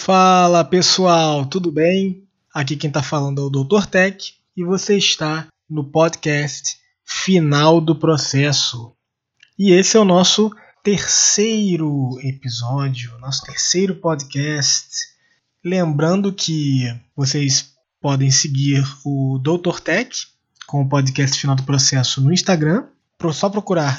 Fala pessoal, tudo bem? Aqui quem está falando é o Dr. Tech e você está no podcast Final do Processo. E esse é o nosso terceiro episódio, nosso terceiro podcast. Lembrando que vocês podem seguir o Dr. Tech com o podcast Final do Processo no Instagram. Só procurar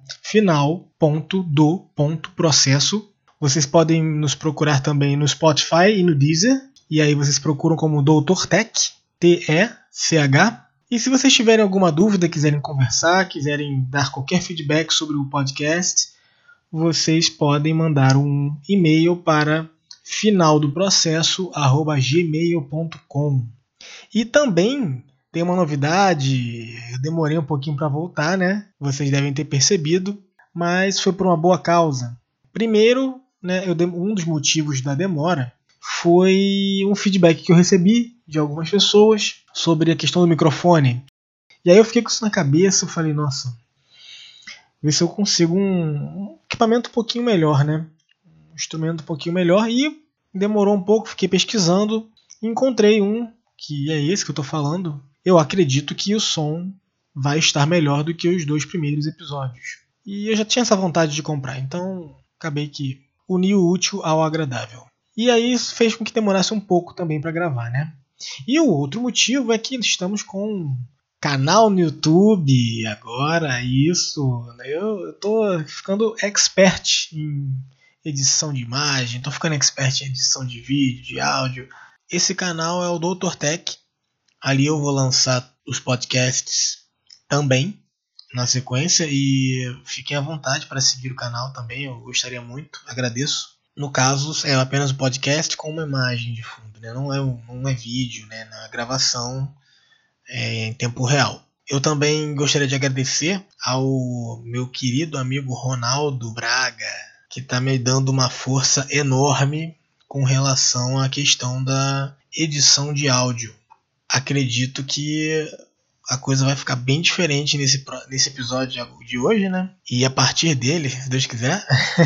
final.do.processo. Vocês podem nos procurar também no Spotify e no Deezer. E aí vocês procuram como Dr. Tech, T-E-C-H. E se vocês tiverem alguma dúvida, quiserem conversar, quiserem dar qualquer feedback sobre o podcast, vocês podem mandar um e-mail para finaldoprocesso@gmail.com. E também tem uma novidade, eu demorei um pouquinho para voltar, né? Vocês devem ter percebido, mas foi por uma boa causa. Primeiro, um dos motivos da demora foi um feedback que eu recebi de algumas pessoas sobre a questão do microfone. E aí eu fiquei com isso na cabeça, eu falei, nossa, ver se eu consigo um equipamento um pouquinho melhor, né? Um instrumento um pouquinho melhor, e demorou um pouco, fiquei pesquisando, encontrei um, que é esse que eu estou falando. Eu acredito que o som vai estar melhor do que os 2 primeiros episódios. E eu já tinha essa vontade de comprar, então acabei que uni o útil ao agradável. E aí isso fez com que demorasse um pouco também para gravar, né? E o outro motivo é que estamos com um canal no YouTube agora, isso. Eu tô ficando expert em edição de imagem, tô ficando expert em edição de vídeo, de áudio. Esse canal é o Dr. Tech. Ali eu vou lançar os podcasts também na sequência e fiquem à vontade para seguir o canal também, eu gostaria muito, agradeço. No caso, é apenas o podcast com uma imagem de fundo, né? Não é vídeo, né? Na gravação em tempo real. Eu também gostaria de agradecer ao meu querido amigo Ronaldo Braga, que está me dando uma força enorme com relação à questão da edição de áudio. Acredito que a coisa vai ficar bem diferente nesse episódio de hoje, né? E a partir dele, se Deus quiser,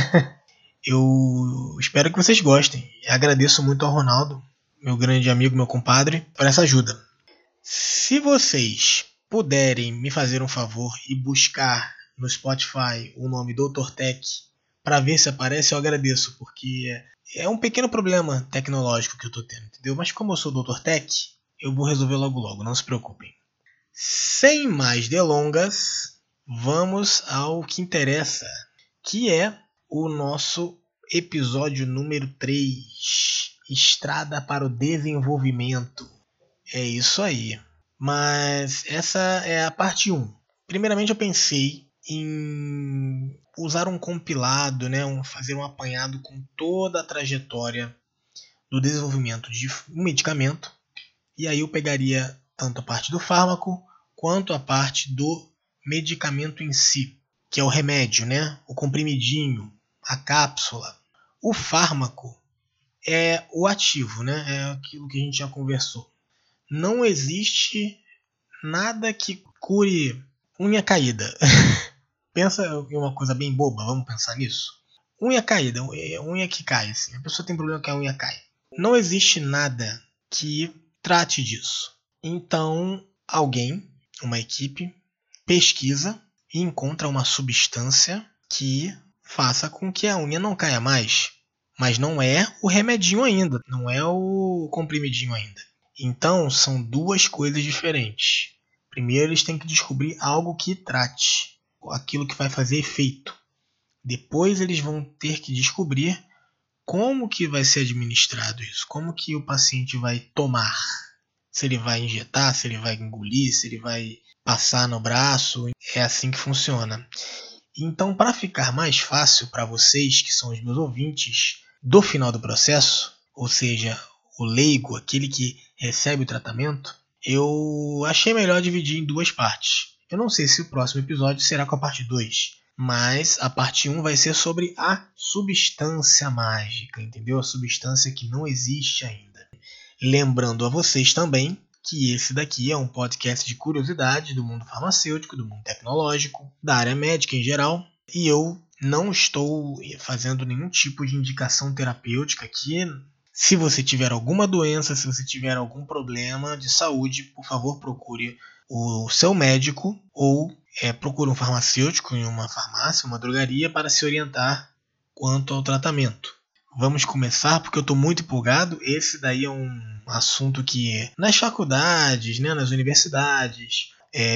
eu espero que vocês gostem. Agradeço muito ao Ronaldo, meu grande amigo, meu compadre, por essa ajuda. Se vocês puderem me fazer um favor e buscar no Spotify o nome Dr. Tech para ver se aparece, eu agradeço, porque é um pequeno problema tecnológico que eu estou tendo, entendeu? Mas como eu sou Dr. Tech, eu vou resolver logo, não se preocupem. Sem mais delongas, vamos ao que interessa, que é o nosso episódio número 3, Estrada para o Desenvolvimento. É isso aí. Mas essa é a parte 1. Primeiramente eu pensei em usar um compilado, né, fazer um apanhado com toda a trajetória do desenvolvimento de um medicamento. E aí eu pegaria tanto a parte do fármaco quanto a parte do medicamento em si, que é o remédio, né? O comprimidinho, a cápsula. O fármaco é o ativo, né? É aquilo que a gente já conversou. Não existe nada que cure unha caída. Pensa em uma coisa bem boba, vamos pensar nisso. Unha caída, unha que cai, assim. A pessoa tem problema que a unha cai. Não existe nada que trate disso. Então, alguém, uma equipe, pesquisa e encontra uma substância que faça com que a unha não caia mais. Mas não é o remedinho ainda, não é o comprimidinho ainda. Então, são 2 coisas diferentes. Primeiro, eles têm que descobrir algo que trate, aquilo que vai fazer efeito. Depois, eles vão ter que descobrir como que vai ser administrado isso, como que o paciente vai tomar. Se ele vai injetar, se ele vai engolir, se ele vai passar no braço. É assim que funciona. Então, para ficar mais fácil para vocês, que são os meus ouvintes do final do processo, ou seja, o leigo, aquele que recebe o tratamento, eu achei melhor dividir em 2 partes. Eu não sei se o próximo episódio será com a parte 2, mas a parte 1 vai ser sobre a substância mágica, entendeu? A substância que não existe ainda. Lembrando a vocês também que esse daqui é um podcast de curiosidade do mundo farmacêutico, do mundo tecnológico, da área médica em geral, e eu não estou fazendo nenhum tipo de indicação terapêutica aqui, Se você tiver alguma doença, se você tiver algum problema de saúde, por favor, procure o seu médico ou procure um farmacêutico em uma farmácia, uma drogaria, para se orientar quanto ao tratamento. Vamos começar porque eu estou muito empolgado. Esse daí é um assunto que nas faculdades, né, nas universidades,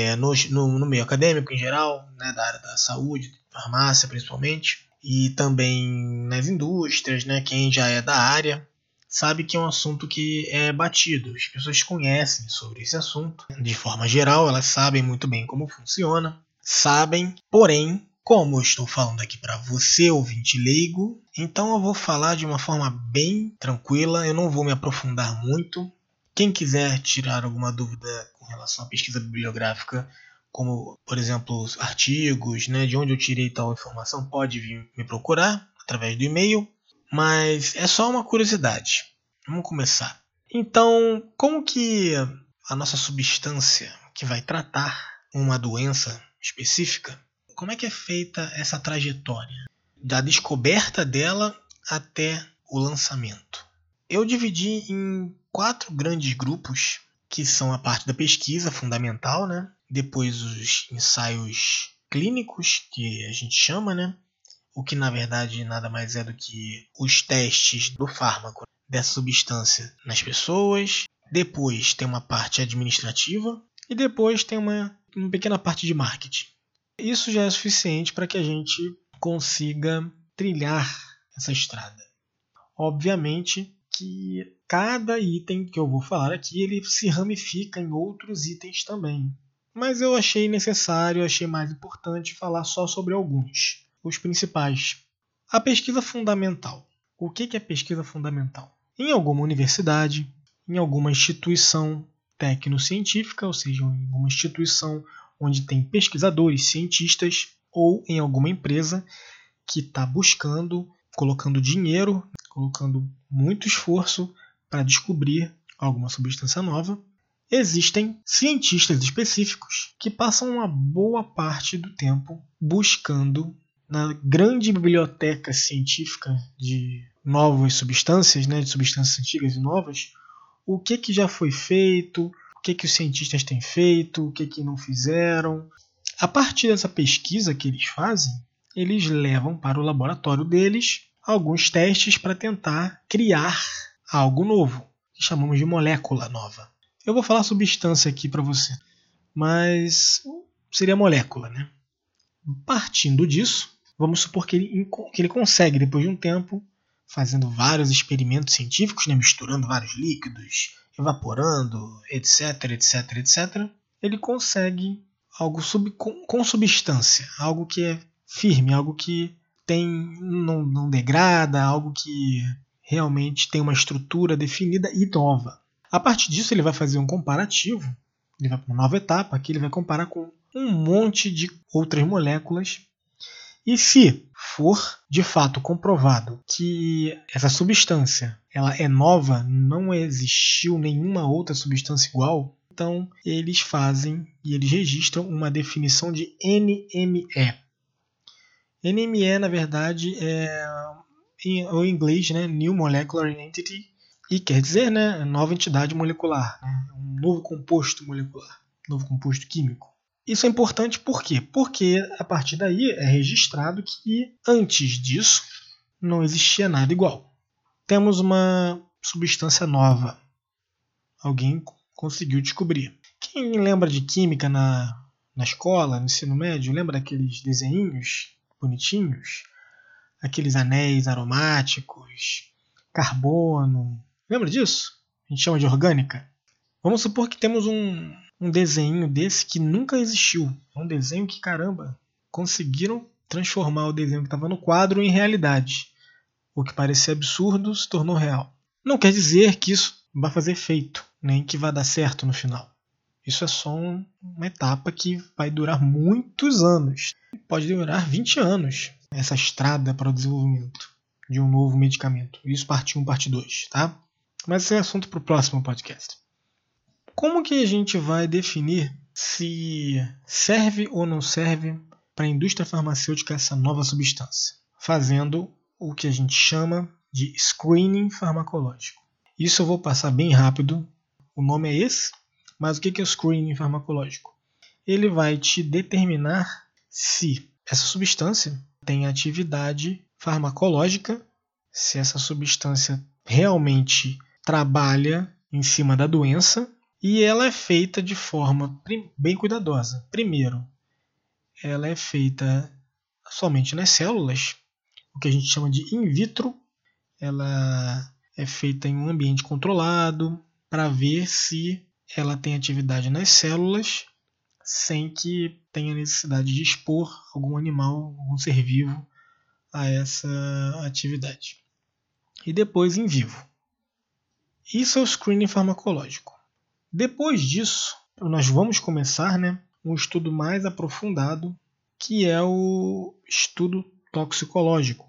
no meio acadêmico em geral, né, da área da saúde, farmácia principalmente, e também nas indústrias, né, quem já é da área sabe que é um assunto que é batido. As pessoas conhecem sobre esse assunto. De forma geral, elas sabem muito bem como funciona. Sabem, porém, como eu estou falando aqui para você, ouvinte leigo, então eu vou falar de uma forma bem tranquila. Eu não vou me aprofundar muito. Quem quiser tirar alguma dúvida com relação à pesquisa bibliográfica, como, por exemplo, os artigos, né, de onde eu tirei tal informação, pode vir me procurar através do e-mail. Mas é só uma curiosidade. Vamos começar. Então, como que a nossa substância que vai tratar uma doença específica, como é que é feita essa trajetória? Da descoberta dela até o lançamento. Eu dividi em 4 grandes grupos, que são a parte da pesquisa fundamental, né? Depois os ensaios clínicos, que a gente chama, né? O que na verdade nada mais é do que os testes do fármaco dessa substância nas pessoas. Depois tem uma parte administrativa e depois tem uma pequena parte de marketing. Isso já é suficiente para que a gente consiga trilhar essa estrada. Obviamente que cada item que eu vou falar aqui ele se ramifica em outros itens também. Mas eu achei necessário, achei mais importante falar só sobre alguns. Os principais. A pesquisa fundamental. O que é pesquisa fundamental? Em alguma universidade, em alguma instituição tecnocientífica, ou seja, em alguma instituição onde tem pesquisadores, cientistas, ou em alguma empresa que está buscando, colocando dinheiro, colocando muito esforço para descobrir alguma substância nova, existem cientistas específicos que passam uma boa parte do tempo buscando na grande biblioteca científica de novas substâncias, né, de substâncias antigas e novas, o que já foi feito, o que os cientistas têm feito, o que não fizeram. A partir dessa pesquisa que eles fazem, eles levam para o laboratório deles alguns testes para tentar criar algo novo, que chamamos de molécula nova. Eu vou falar substância aqui para você, mas seria molécula, né? Partindo disso, vamos supor que ele consegue, depois de um tempo, fazendo vários experimentos científicos, né, misturando vários líquidos, evaporando, etc, ele consegue algo com substância, algo que é firme, algo que não degrada, algo que realmente tem uma estrutura definida e nova. A partir disso, ele vai fazer um comparativo, ele vai para uma nova etapa, que ele vai comparar com um monte de outras moléculas. E se for de fato comprovado que essa substância ela é nova, não existiu nenhuma outra substância igual, então eles fazem e eles registram uma definição de NME. NME, na verdade, é o inglês, né, New Molecular Entity, e quer dizer, né, nova entidade molecular, né, um novo composto molecular, novo composto químico. Isso é importante por quê? Porque a partir daí é registrado que antes disso não existia nada igual. Temos uma substância nova. Alguém conseguiu descobrir. Quem lembra de química na escola, no ensino médio, lembra daqueles desenhinhos bonitinhos? Aqueles anéis aromáticos, carbono. Lembra disso? A gente chama de orgânica. Vamos supor que temos um desenho desse que nunca existiu. É um desenho que, caramba, conseguiram transformar o desenho que estava no quadro em realidade. O que parecia absurdo se tornou real. Não quer dizer que isso vai fazer efeito, nem que vai dar certo no final. Isso é só uma etapa que vai durar muitos anos. Pode durar 20 anos, essa estrada para o desenvolvimento de um novo medicamento. Isso parte 1, parte 2, tá? Mas esse é assunto para o próximo podcast. Como que a gente vai definir se serve ou não serve para a indústria farmacêutica essa nova substância? Fazendo o que a gente chama de screening farmacológico. Isso eu vou passar bem rápido. O nome é esse, mas o que é o screening farmacológico? Ele vai te determinar se essa substância tem atividade farmacológica, se essa substância realmente trabalha em cima da doença, e ela é feita de forma bem cuidadosa. Primeiro, ela é feita somente nas células, o que a gente chama de in vitro. Ela é feita em um ambiente controlado para ver se ela tem atividade nas células sem que tenha necessidade de expor algum animal, algum ser vivo a essa atividade. E depois em vivo. Isso é o screening farmacológico. Depois disso, nós vamos começar um estudo mais aprofundado, que é o estudo toxicológico.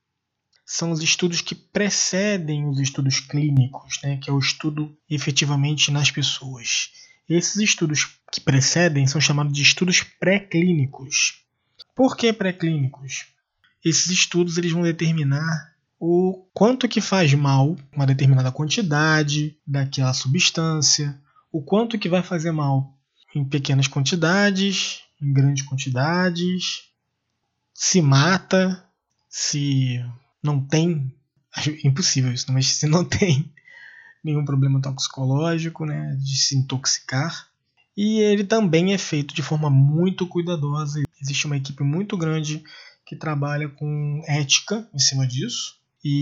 São os estudos que precedem os estudos clínicos, que é o estudo efetivamente nas pessoas. Esses estudos que precedem são chamados de estudos pré-clínicos. Por que pré-clínicos? Esses estudos eles vão determinar o quanto que faz mal uma determinada quantidade daquela substância, o quanto que vai fazer mal em pequenas quantidades, em grandes quantidades, se mata, se não tem, acho impossível isso, mas se não tem nenhum problema toxicológico, de se intoxicar. E ele também é feito de forma muito cuidadosa. Existe uma equipe muito grande que trabalha com ética em cima disso.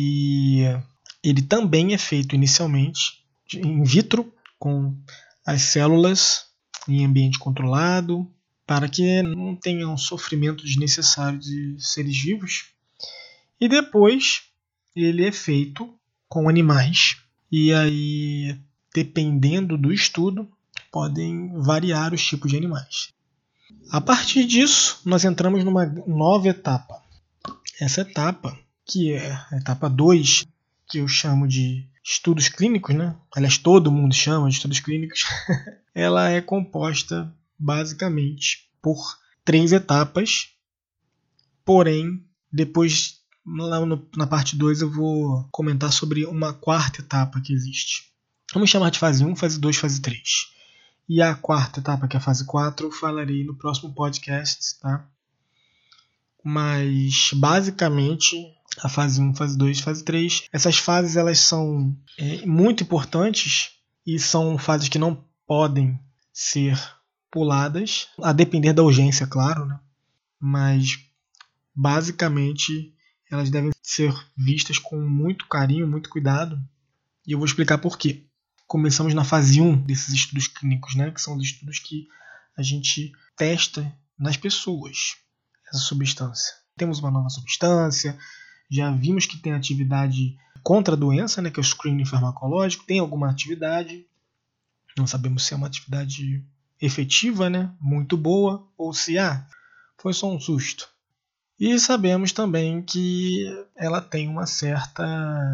E ele também é feito inicialmente in vitro, com as células em ambiente controlado, para que não tenha um sofrimento desnecessário de seres vivos. E depois ele é feito com animais. E aí, dependendo do estudo, podem variar os tipos de animais. A partir disso, nós entramos numa nova etapa. Essa etapa, que é a etapa 2, que eu chamo de estudos clínicos, aliás, todo mundo chama de estudos clínicos, ela é composta basicamente por 3 etapas, porém, depois, lá na parte 2, eu vou comentar sobre uma 4ª etapa que existe. Vamos chamar de fase 1, fase 2, fase 3. E a 4ª etapa, que é a fase 4, eu falarei no próximo podcast, tá? Mas, basicamente, a fase 1, fase 2, fase 3, essas fases elas são muito importantes e são fases que não podem ser puladas, a depender da urgência, claro, mas, basicamente, elas devem ser vistas com muito carinho, muito cuidado, e eu vou explicar por quê. Começamos na fase 1 desses estudos clínicos, que são os estudos que a gente testa nas pessoas essa substância. Temos uma nova substância, já vimos que tem atividade contra a doença, que é o screening farmacológico, tem alguma atividade, não sabemos se é uma atividade efetiva, muito boa, ou se foi só um susto. E sabemos também que ela tem uma certa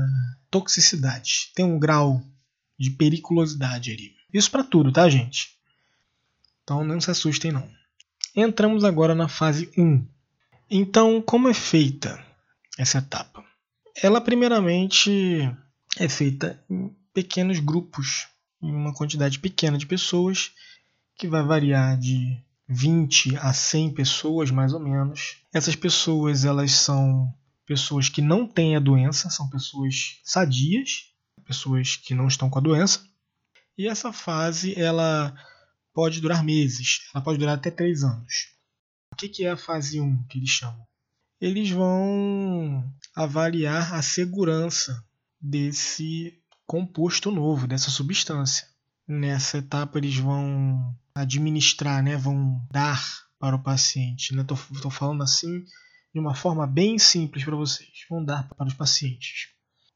toxicidade, tem um grau de periculosidade ali. Isso para tudo, tá, gente? Então não se assustem, não. Entramos agora na fase 1. Então, como é feita essa etapa? Ela, primeiramente, é feita em pequenos grupos, em uma quantidade pequena de pessoas, que vai variar de 20 a 100 pessoas, mais ou menos. Essas pessoas, elas são pessoas que não têm a doença, são pessoas sadias, pessoas que não estão com a doença. E essa fase, ela pode durar meses, ela pode durar até 3 anos. O que é a fase 1, que eles chamam? Eles vão avaliar a segurança desse composto novo, dessa substância. Nessa etapa, eles vão administrar, vão dar para o paciente. Estou falando assim de uma forma bem simples para vocês. Vão dar para os pacientes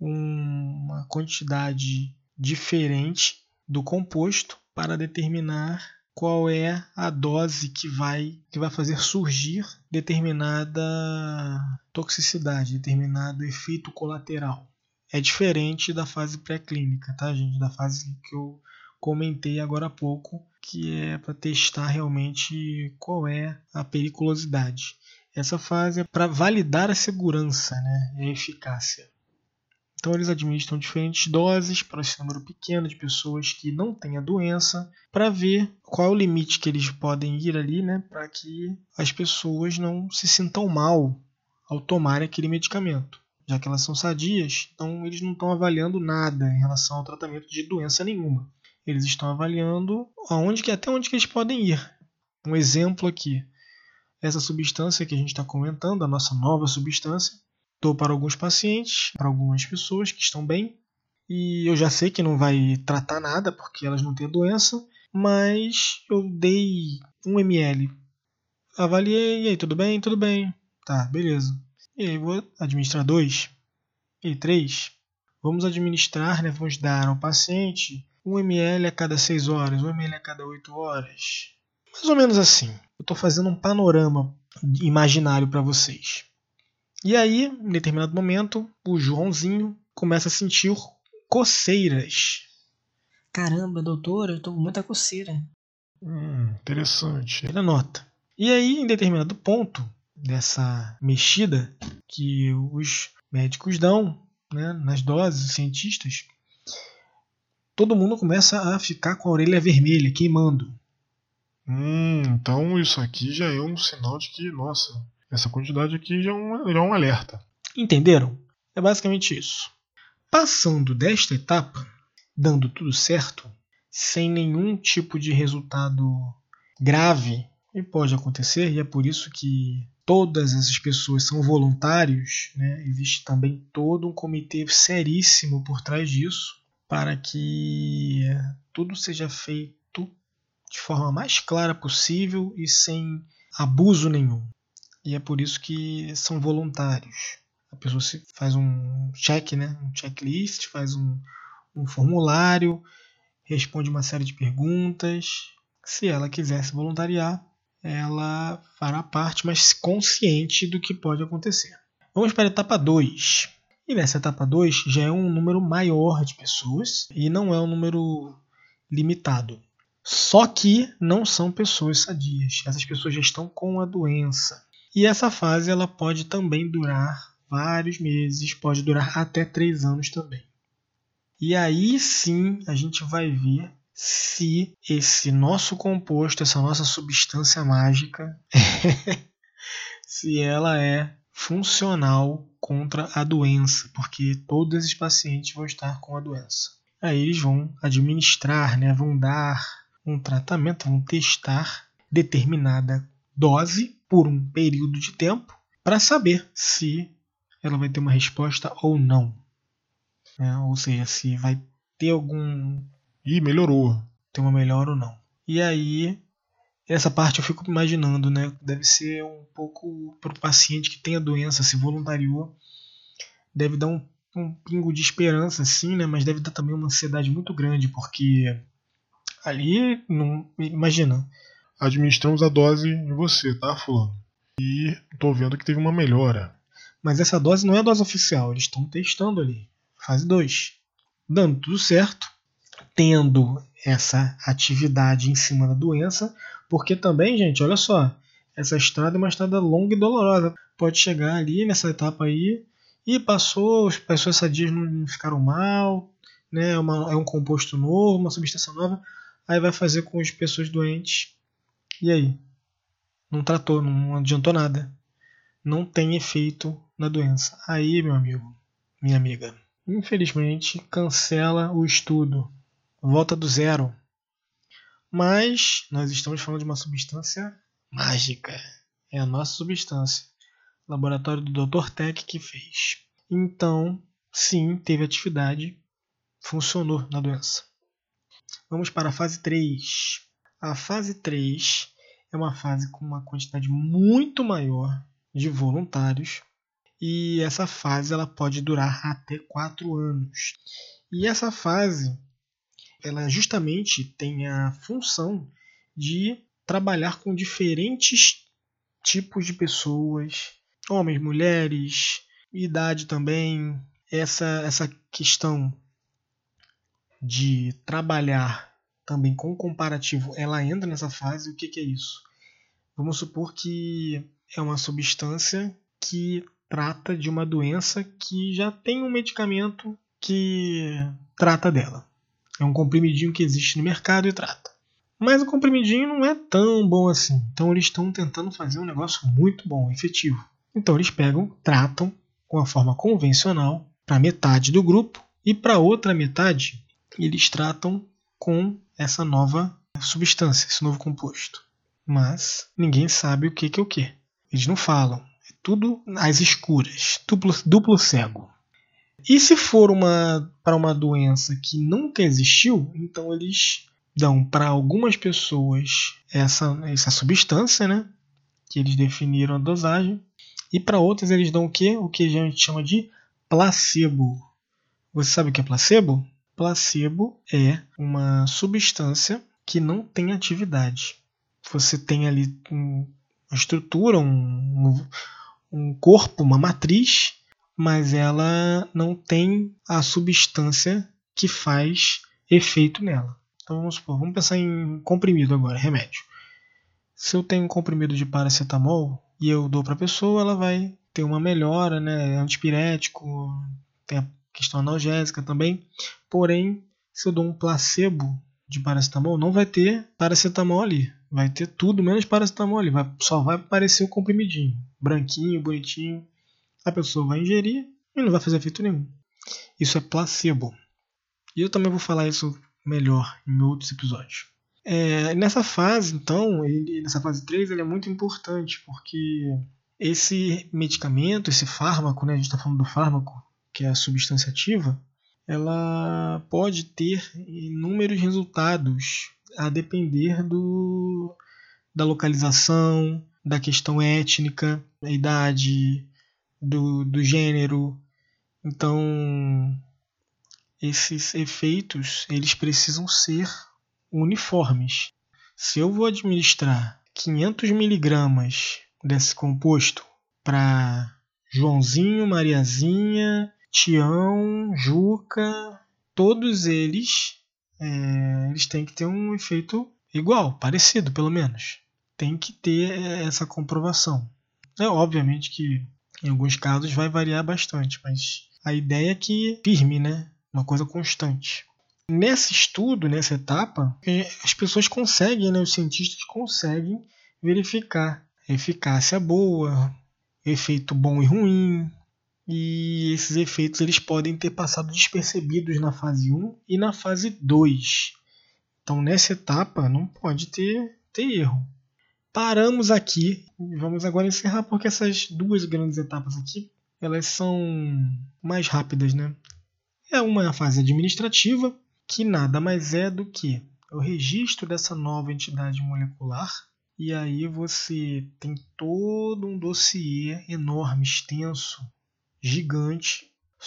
uma quantidade diferente do composto para determinar qual é a dose que vai fazer surgir determinada toxicidade, determinado efeito colateral. É diferente da fase pré-clínica, tá, gente? Da fase que eu comentei agora há pouco, que é para testar realmente qual é a periculosidade. Essa fase é para validar a segurança, e a eficácia. Então eles administram diferentes doses para esse número pequeno de pessoas que não têm a doença, para ver qual é o limite que eles podem ir ali, né, para que as pessoas não se sintam mal ao tomar aquele medicamento. Já que elas são sadias, então eles não estão avaliando nada em relação ao tratamento de doença nenhuma. Eles estão avaliando até onde que eles podem ir. Um exemplo aqui, essa substância que a gente está comentando, a nossa nova substância, dou para alguns pacientes, para algumas pessoas que estão bem, e eu já sei que não vai tratar nada porque elas não têm a doença, mas eu dei 1 ml. Avaliei, e aí, tudo bem? Tudo bem. Tá, beleza. E aí, vou administrar 2 e 3. Vamos administrar, né, vamos dar ao paciente 1 ml a cada 6 horas, 1 ml a cada 8 horas. Mais ou menos assim. Eu estou fazendo um panorama imaginário para vocês. E aí, em determinado momento, o Joãozinho começa a sentir coceiras. Caramba, doutor, eu tô com muita coceira. Interessante. Ele anota. E aí, em determinado ponto dessa mexida que os médicos dão, né, nas doses, os cientistas, todo mundo começa a ficar com a orelha vermelha, queimando. Então isso aqui já é um sinal de que, nossa, essa quantidade aqui já é um alerta. Entenderam? É basicamente isso. Passando desta etapa, dando tudo certo, sem nenhum tipo de resultado grave, e pode acontecer, e é por isso que todas essas pessoas são voluntários, né? Existe também todo um comitê seríssimo por trás disso, para que tudo seja feito de forma mais clara possível e sem abuso nenhum. E é por isso que são voluntários. A pessoa faz um check, né? Um checklist, faz um formulário, responde uma série de perguntas. Se ela quiser se voluntariar, ela fará parte, mas consciente do que pode acontecer. Vamos para a etapa 2. E nessa etapa 2 já é um número maior de pessoas e não é um número limitado. Só que não são pessoas sadias. Essas pessoas já estão com a doença. E essa fase ela pode também durar vários meses, pode durar até 3 anos também. E aí sim a gente vai ver se esse nosso composto, essa nossa substância mágica, se ela é funcional contra a doença, porque todos esses pacientes vão estar com a doença. Aí eles vão administrar, né, vão dar um tratamento, vão testar determinada dose por um período de tempo para saber se ela vai ter uma resposta ou não. Ou seja, se vai ter algum... melhorou. ter uma melhora ou não. E aí, essa parte eu fico imaginando, né? Deve ser um pouco para o paciente que tem a doença, se voluntariou, deve dar um pingo de esperança, assim, né? Mas deve dar também uma ansiedade muito grande, porque ali, não, imagina. Administramos a dose em você, tá, fulano? E tô vendo que teve uma melhora. Mas essa dose não é a dose oficial, eles estão testando ali. Fase 2. Dando tudo certo, tendo essa atividade em cima da doença, porque também, gente, olha só, essa estrada é uma estrada longa e dolorosa. Pode chegar ali nessa etapa aí e passou, as pessoas sadias não ficaram mal, né? É um composto novo, uma substância nova, aí vai fazer com as pessoas doentes. E aí? Não tratou, não adiantou nada. Não tem efeito na doença. Aí, meu amigo, minha amiga, infelizmente cancela o estudo. Volta do zero. Mas nós estamos falando de uma substância mágica. É a nossa substância. Laboratório do Dr. Tech que fez. Então, sim, teve atividade. Funcionou na doença. Vamos para a fase 3. A fase 3 é uma fase com uma quantidade muito maior de voluntários. E essa fase ela pode durar até 4 anos. E essa fase ela justamente tem a função de trabalhar com diferentes tipos de pessoas, homens, mulheres, idade também. Essa questão de trabalhar também com comparativo, ela entra nessa fase. O que é isso? Vamos supor que é uma substância que trata de uma doença que já tem um medicamento que trata dela. É um comprimidinho que existe no mercado e trata. Mas o comprimidinho não é tão bom assim. Então eles estão tentando fazer um negócio muito bom, efetivo. Então eles tratam com a forma convencional para metade do grupo e para outra metade eles tratam com essa nova substância, esse novo composto. Mas ninguém sabe o que é o que. Eles não falam. É tudo às escuras, duplo cego. E se for para uma doença que nunca existiu, então eles dão para algumas pessoas essa substância, né, que eles definiram a dosagem, e para outras eles dão o quê? O que a gente chama de placebo. Você sabe o que é placebo? Placebo é uma substância que não tem atividade. Você tem ali uma estrutura, um corpo, uma matriz, mas ela não tem a substância que faz efeito nela. Então vamos pensar em comprimido agora, remédio. Se eu tenho um comprimido de paracetamol e eu dou para a pessoa, ela vai ter uma melhora, né? Antipirético, tem a questão analgésica também. Porém, se eu dou um placebo de paracetamol, não vai ter paracetamol ali. Vai ter tudo menos paracetamol ali. Só vai aparecer o comprimidinho, branquinho, bonitinho. A pessoa vai ingerir e não vai fazer efeito nenhum. Isso é placebo. E eu também vou falar isso melhor em outros episódios. Nessa fase, então, nessa fase 3, ele é muito importante, porque esse medicamento, esse fármaco, né, a gente está falando do fármaco, que é a substância ativa, ela pode ter inúmeros resultados a depender da localização, da questão étnica, da idade, do gênero. Então, esses efeitos eles precisam ser uniformes. Se eu vou administrar 500 miligramas desse composto para Joãozinho, Mariazinha, Tião, Juca, todos eles têm que ter um efeito igual, parecido pelo menos. Tem que ter essa comprovação. Obviamente que em alguns casos vai variar bastante, mas a ideia é que firme, né? Uma coisa constante. Nesse estudo, nessa etapa, as pessoas conseguem, né, os cientistas conseguem verificar a eficácia boa, efeito bom e ruim, e esses efeitos eles podem ter passado despercebidos na fase 1 e na fase 2. Então, nessa etapa, não pode ter erro. Paramos aqui, vamos agora encerrar, porque essas duas grandes etapas aqui, elas são mais rápidas, né? É uma fase administrativa, que nada mais é do que o registro dessa nova entidade molecular, e aí você tem todo um dossiê enorme, extenso, gigante,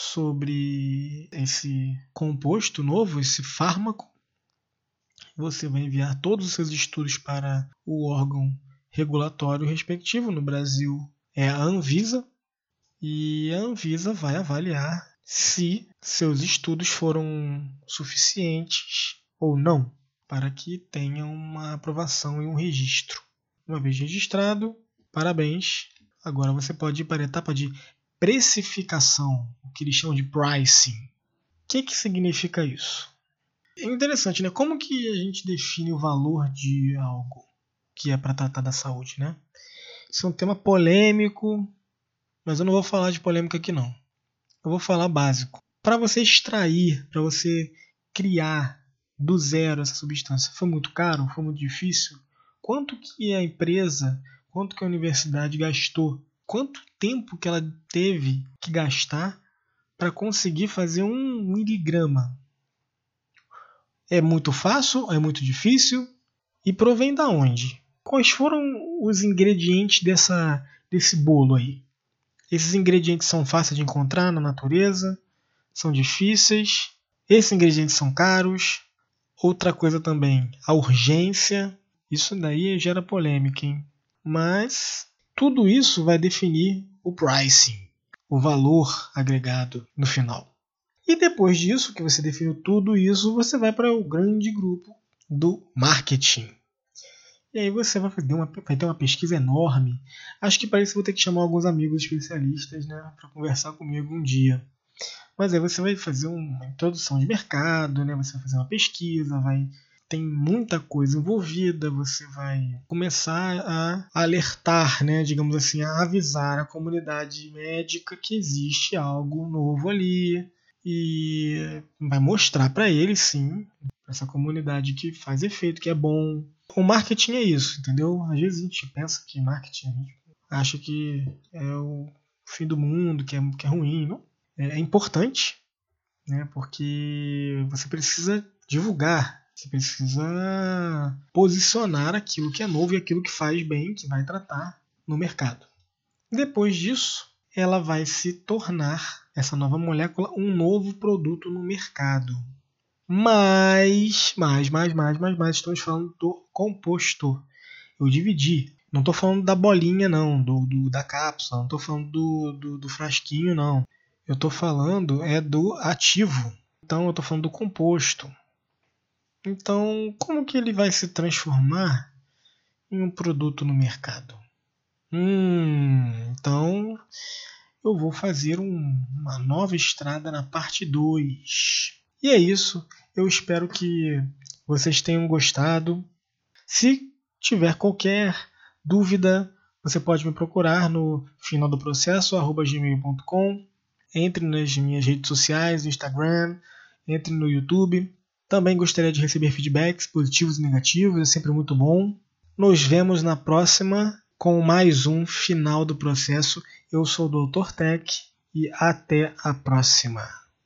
sobre esse composto novo, esse fármaco. Você vai enviar todos os seus estudos para o órgão regulatório respectivo. No Brasil é a Anvisa, e a Anvisa vai avaliar se seus estudos foram suficientes ou não para que tenha uma aprovação e um registro. Uma vez registrado, parabéns. Agora você pode ir para a etapa de precificação, o que eles chamam de pricing. O que significa isso? É interessante, né? Como que a gente define o valor de algo que é para tratar da saúde, né? Isso é um tema polêmico, mas eu não vou falar de polêmica aqui não. Eu vou falar básico. Para você extrair, para você criar do zero essa substância, foi muito caro? Foi muito difícil? Quanto que a empresa, quanto que a universidade gastou? Quanto tempo que ela teve que gastar para conseguir fazer 1 miligrama? É muito fácil? É muito difícil? E provém da onde? Quais foram os ingredientes desse bolo aí? Esses ingredientes são fáceis de encontrar na natureza? São difíceis? Esses ingredientes são caros? Outra coisa também, a urgência. Isso daí gera polêmica, hein? Mas tudo isso vai definir o pricing, o valor agregado no final. E depois disso, que você definiu tudo isso, você vai para o grande grupo do marketing. E aí você vai ter uma pesquisa enorme. Acho que para isso eu vou ter que chamar alguns amigos especialistas, né, para conversar comigo um dia. Mas aí você vai fazer uma introdução de mercado, né, você vai fazer uma pesquisa, tem muita coisa envolvida, você vai começar a alertar, né, digamos assim, a avisar a comunidade médica que existe algo novo ali e vai mostrar para eles, sim, essa comunidade que faz efeito, que é bom. O marketing é isso, entendeu? Às vezes a gente pensa que marketing, a gente acha que é o fim do mundo, que é ruim. Não? É importante, né? Porque você precisa divulgar, você precisa posicionar aquilo que é novo e aquilo que faz bem, que vai tratar no mercado. Depois disso, ela vai se tornar, essa nova molécula, um novo produto no mercado. Mas estamos falando do composto. Eu dividi. Não estou falando da bolinha, não, da cápsula. Não estou falando do frasquinho, não. Eu estou falando do ativo. Então, eu estou falando do composto. Então, como que ele vai se transformar em um produto no mercado? Então, eu vou fazer uma nova estrada na parte 2. E é isso. Eu espero que vocês tenham gostado. Se tiver qualquer dúvida, você pode me procurar no finaldoprocesso@gmail.com. Entre nas minhas redes sociais, no Instagram, entre no YouTube. Também gostaria de receber feedbacks positivos e negativos, é sempre muito bom. Nos vemos na próxima com mais um Final do Processo. Eu sou o Dr. Tech e até a próxima.